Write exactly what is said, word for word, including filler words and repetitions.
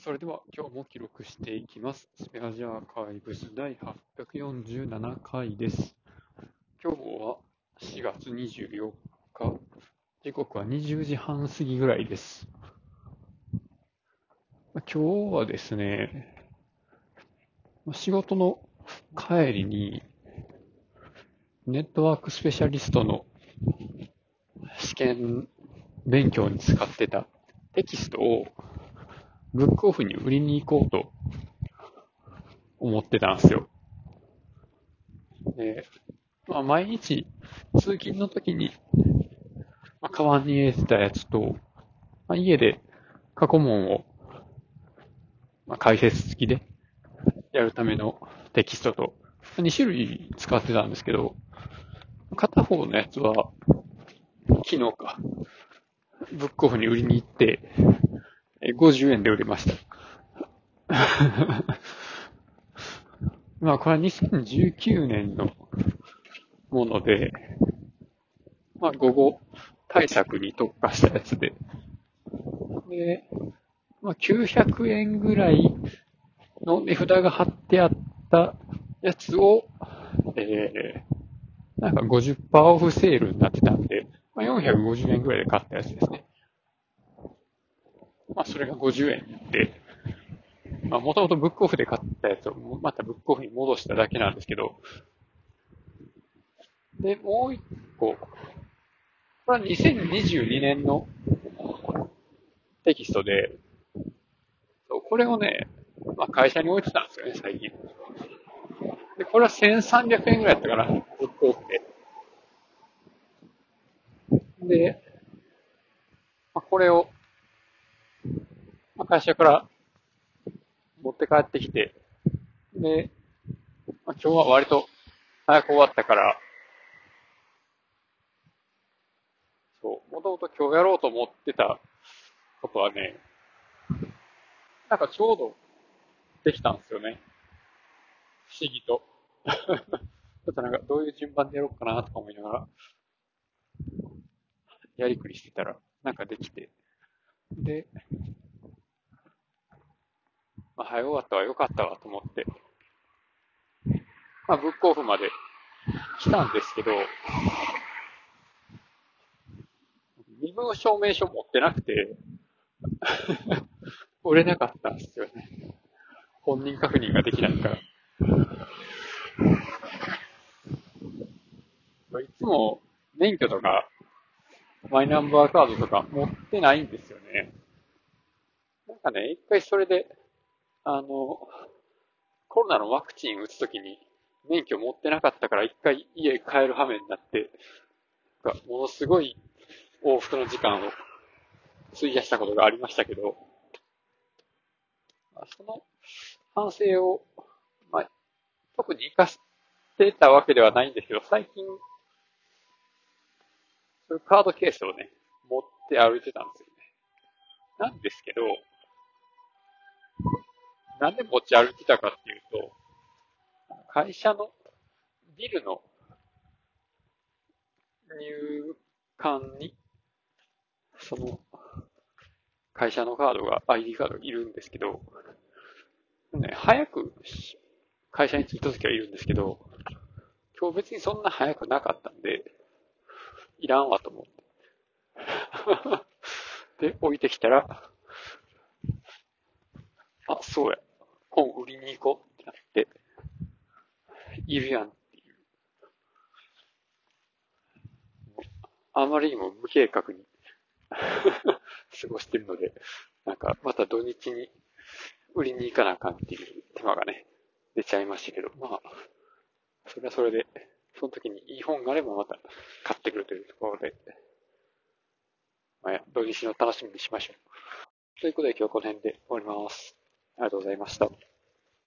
それでは今日も記録していきます。スペアジアーカイブスだいはっぴゃくよんじゅうななかいです。今日はしがつにじゅうよっか、時刻はにじゅうじはん過ぎぐらいです。今日はですね、仕事の帰りにネットワークスペシャリストの試験勉強に使ってたテキストをブックオフに売りに行こうと思ってたんですよ。で、まあ、毎日通勤の時に、まあ、カバンに入れてたやつと、まあ、家で過去問を、まあ、解説付きでやるためのテキストと、に種類使ってたんですけど、片方のやつは昨日か、ブックオフに売りに行って、ごじゅうえんで売れました。まあこれはにせんじゅうきゅうねんのもので、まあ午後対策に特化したやつで、で、まあきゅうひゃくえんぐらいの値札が貼ってあったやつを、えー、なんかごじゅっパーセントオフセールになってたんで、まあ、よんひゃくごじゅうえんぐらいで買ったやつですね。まあそれがごじゅうえんで、まあもともとブックオフで買ったやつをまたブックオフに戻しただけなんですけど、で、もう一個、これはにせんにじゅうにねんのテキストで、これをね、まあ、会社に置いてたんですよね、最近。で、これはせんさんびゃくえんぐらいだったかな、ブックオフで。で、まあ、これを、まあ、会社から持って帰ってきて、で、まあ、今日は割と早く終わったから、そう、もともと今日やろうと思ってたことはね、なんかちょうどできたんですよね。不思議と。ちょっとなんかどういう順番でやろうかなとか思いながら、やりくりしてたら、なんかできて。で、まあ、早終わったわ、よかったわと思って、まあ、ブックオフまで来たんですけど、身分証明書持ってなくて、売れなかったんですよね。本人確認ができないから。いつも免許とかマイナンバーカードとか持ってないんですよね。なんかね、一回それで、あの、コロナのワクチン打つときに免許持ってなかったから一回家帰る羽目になって、ものすごい往復の時間を費やしたことがありましたけど、その反省を、まあ、特に活かしてたわけではないんですけど、最近、そういうカードケースをね、持って歩いてたんですよね。なんですけど、なんで持ち歩いてたかっていうと、会社のビルの入館に、その会社のカードが、アイディー カードがいるんですけど、ね、早く会社に着いた時はいるんですけど、今日別にそんな早くなかったんで、いらんわと思って。で、置いてきたら、あ、そうや、本売りに行こうってなって、いるやんっていう。あまりにも無計画に過ごしてるので、なんかまた土日に売りに行かなあかんっていう手間がね、出ちゃいましたけど、まあ、それはそれで、その時にいい本があればまた買ってくるというところで、まあ、土日の楽しみにしましょう。ということで今日はこの辺で終わります。ありがとうございました。